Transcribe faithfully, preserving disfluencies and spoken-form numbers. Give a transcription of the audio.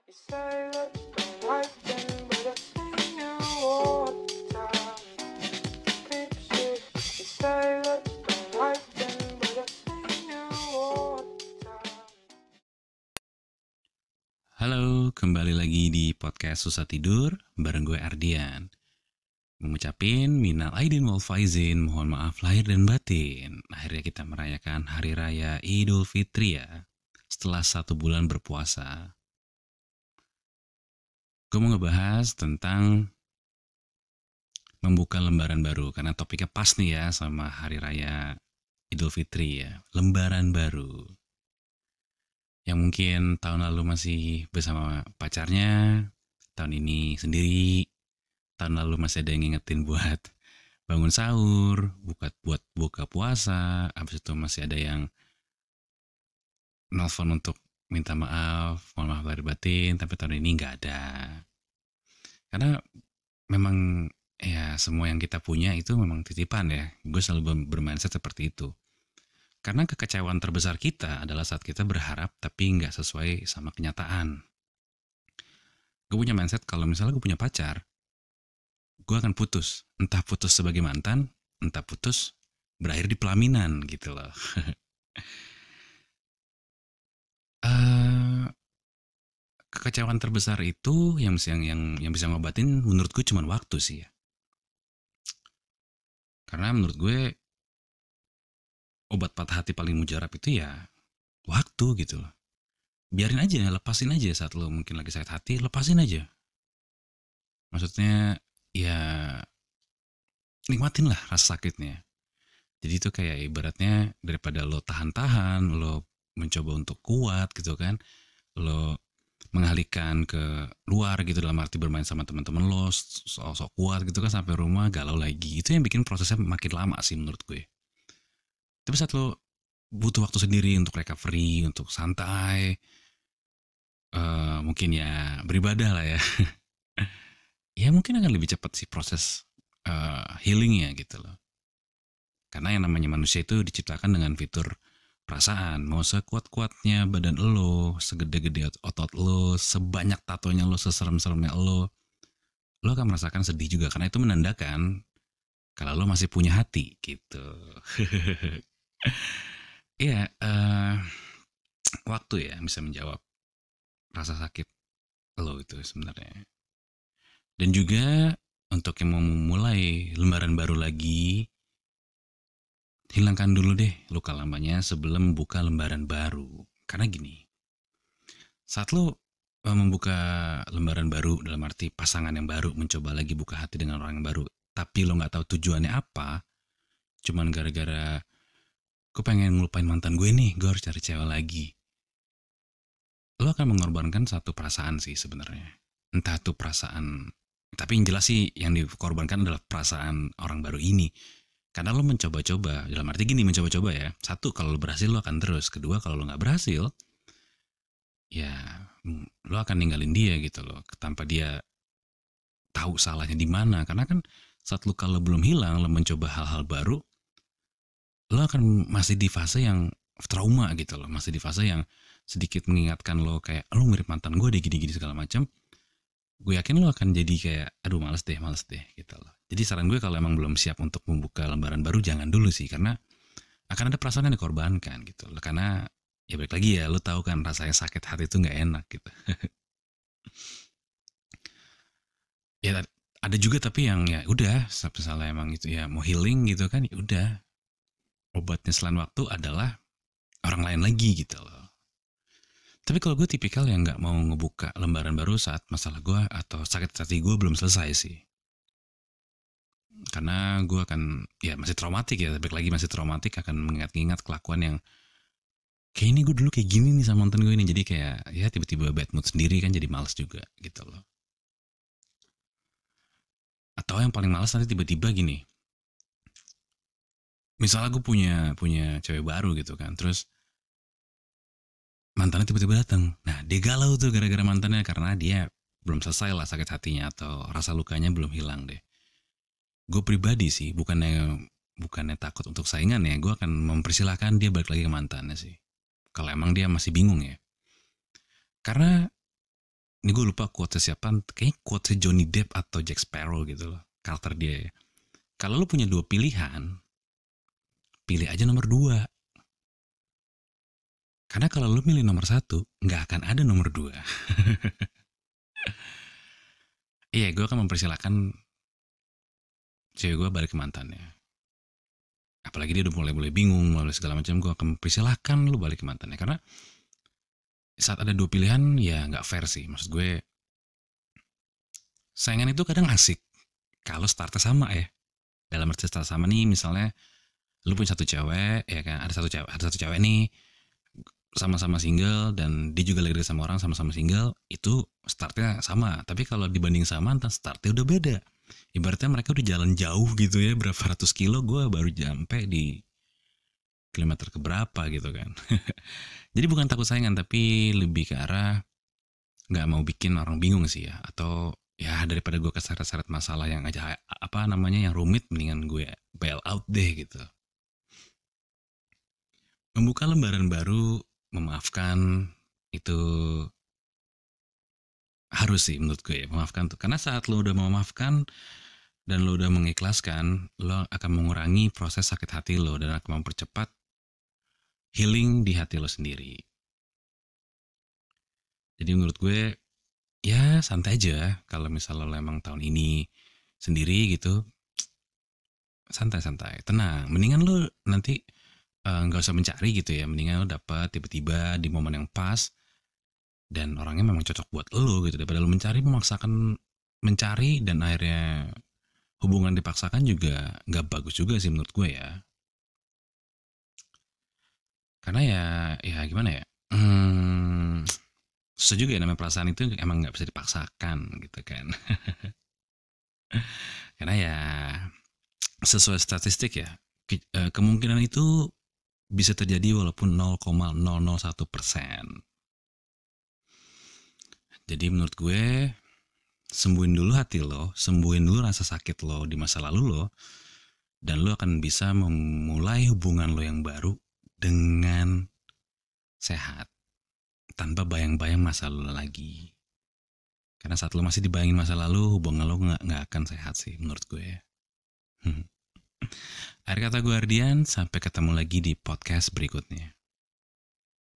say that don't like them, but I see you all the time. People say, you say that don't like them, but I see you all the time. Halo, kembali lagi di podcast Susah Tidur bareng gue Ardian. Mengucapin minal aidin wal faizin, mohon maaf lahir dan batin. Akhirnya kita merayakan hari raya Idul Fitri ya, setelah satu bulan berpuasa. Gue mau ngebahas tentang membuka lembaran baru, karena topiknya pas nih ya sama hari raya Idul Fitri ya, lembaran baru. Yang mungkin tahun lalu masih bersama pacarnya, tahun ini sendiri, tahun lalu masih ada yang ngingetin buat bangun sahur, buka buat buka puasa, habis itu masih ada yang nelfon untuk minta maaf, mohon maaf lahir batin, tapi tahun ini nggak ada. Karena memang ya semua yang kita punya itu memang titipan ya. Gue selalu bermindset seperti itu. Karena kekecewaan terbesar kita adalah saat kita berharap tapi nggak sesuai sama kenyataan. Gue punya mindset kalau misalnya gue punya pacar, gue akan putus. Entah putus sebagai mantan, entah putus berakhir di pelaminan gitu loh. uh, kekecewaan terbesar itu yang yang yang, yang bisa ngobatin menurut gue cuma waktu sih ya. Karena menurut gue obat patah hati paling mujarab itu ya waktu gitu loh. Biarin aja, lepasin aja saat lo mungkin lagi sakit hati, lepasin aja. Maksudnya ya nikmatin lah rasa sakitnya. Jadi itu kayak ibaratnya daripada lo tahan-tahan, lo mencoba untuk kuat gitu kan, lo mengalihkan ke luar gitu dalam arti bermain sama teman-teman lo, sok-sok kuat gitu kan, sampai rumah galau lagi. Itu yang bikin prosesnya makin lama sih menurut gue. Tapi saat lo butuh waktu sendiri untuk recovery, untuk santai, uh, mungkin ya beribadah lah ya. Ya mungkin akan lebih cepat sih proses uh, healingnya gitu loh. Karena yang namanya manusia itu diciptakan dengan fitur perasaan. Mau sekuat-kuatnya badan lo, segede-gede otot lo, sebanyak tatonya lo, seserem-seremnya lo, lo akan merasakan sedih juga. Karena itu menandakan kalau lo masih punya hati gitu. Iya, uh, waktu ya bisa menjawab rasa sakit lo itu sebenarnya. Dan juga untuk yang mau memulai lembaran baru lagi, hilangkan dulu deh luka lamanya sebelum membuka lembaran baru. Karena gini, saat lo membuka lembaran baru dalam arti pasangan yang baru, mencoba lagi buka hati dengan orang yang baru, tapi lo gak tahu tujuannya apa, cuman gara-gara gue pengen ngelupain mantan gue nih, gue harus cari cewek lagi. Lo akan mengorbankan satu perasaan sih sebenarnya. Entah itu perasaan, tapi yang jelas sih yang dikorbankan adalah perasaan orang baru ini. Karena lo mencoba-coba, dalam arti gini, mencoba-coba ya. Satu, kalau lo berhasil lo akan terus. Kedua, kalau lo gak berhasil, ya lo akan ninggalin dia gitu loh, tanpa dia tahu salahnya di mana. Karena kan saat lo kalau belum hilang, lo mencoba hal-hal baru, lo akan masih di fase yang trauma gitu loh, masih di fase yang sedikit mengingatkan lo kayak lo mirip mantan gue deh, gini-gini segala macam. Gue yakin lo akan jadi kayak aduh males deh, males deh gitu loh. Jadi saran gue kalau emang belum siap untuk membuka lembaran baru, jangan dulu sih, karena akan ada perasaan yang dikorbankan gitu loh. Karena ya balik lagi ya, lo tahu kan rasanya sakit hati itu nggak enak gitu. Ya ada juga tapi yang ya udah, misalnya emang itu ya mau healing gitu kan, ya udah, obatnya selain waktu adalah orang lain lagi gitu loh. Tapi kalau gue tipikal yang nggak mau ngebuka lembaran baru saat masalah gue atau sakit hati gue belum selesai sih. Karena gue akan ya masih traumatik ya, tapi lagi masih traumatik, akan mengingat-ingat kelakuan yang kayak ini gue dulu kayak gini nih sama mantan gue ini. Jadi kayak ya tiba-tiba bad mood sendiri kan, jadi males juga gitu loh. Atau yang paling males nanti tiba-tiba gini, misalnya gue punya punya cewek baru gitu kan, terus mantannya tiba-tiba datang. Nah dia galau tuh gara-gara mantannya, karena dia belum selesai lah sakit hatinya atau rasa lukanya belum hilang deh. Gue pribadi sih bukannya bukannya takut untuk saingan ya, gue akan mempersilahkan dia balik lagi ke mantannya sih. Kalau emang dia masih bingung ya. Karena ini gue lupa quote siapa, kayaknya quote Johnny Depp atau Jack Sparrow gitu loh, karakter dia ya. Kalau lu punya dua pilihan, pilih aja nomor dua. Karena kalau lu milih nomor satu, nggak akan ada nomor dua. Iya, gue akan mempersilahkan cewek gue balik ke mantannya. Apalagi dia udah mulai-mulai bingung, mulai segala macam, gue akan mempersilahkan lu balik ke mantannya. Karena saat ada dua pilihan, ya nggak fair sih. Maksud gue, saingan itu kadang asik kalau startnya sama ya. Dalam arti start sama nih, misalnya lu punya satu cewek, ya kan, ada satu cewek, ada satu cewek nih, sama-sama single, dan dia juga lagi deket sama orang sama-sama single, itu startnya sama. Tapi kalau dibanding sama, mantan, startnya udah beda. Ibaratnya mereka udah jalan jauh gitu ya, berapa ratus kilo, gue baru nyampe di kilometer keberapa gitu kan. Jadi bukan takut saingan, tapi lebih ke arah nggak mau bikin orang bingung sih ya. Atau ya daripada gue keseret-seret masalah yang aja apa namanya yang rumit, mendingan gue bail out deh gitu. Membuka lembaran baru, memaafkan itu harus sih menurut gue ya, memaafkan tuh. Karena saat lo udah memaafkan dan lo udah mengikhlaskan, lo akan mengurangi proses sakit hati lo dan akan mempercepat healing di hati lo sendiri. Jadi menurut gue ya santai aja kalau misalnya lo emang tahun ini sendiri gitu, santai-santai, tenang. Mendingan lo nanti nggak uh, usah mencari gitu ya, mendingan lo dapet tiba-tiba di momen yang pas dan orangnya memang cocok buat lo gitu, daripada lo mencari, memaksakan mencari dan akhirnya hubungan dipaksakan juga nggak bagus juga sih menurut gue ya. Karena ya ya gimana ya, hmm, susah juga ya, namanya perasaan itu emang nggak bisa dipaksakan gitu kan. Karena ya sesuai statistik ya, ke, eh, kemungkinan itu bisa terjadi walaupun nol koma nol nol satu persen. Jadi menurut gue, sembuhin dulu hati lo, sembuhin dulu rasa sakit lo di masa lalu lo, dan lo akan bisa memulai hubungan lo yang baru dengan sehat, tanpa bayang-bayang masa lalu lagi. Karena saat lo masih dibayangin masa lalu, hubungan lo gak, gak akan sehat sih menurut gue. Akhir kata gue Ardian, sampai ketemu lagi di podcast berikutnya.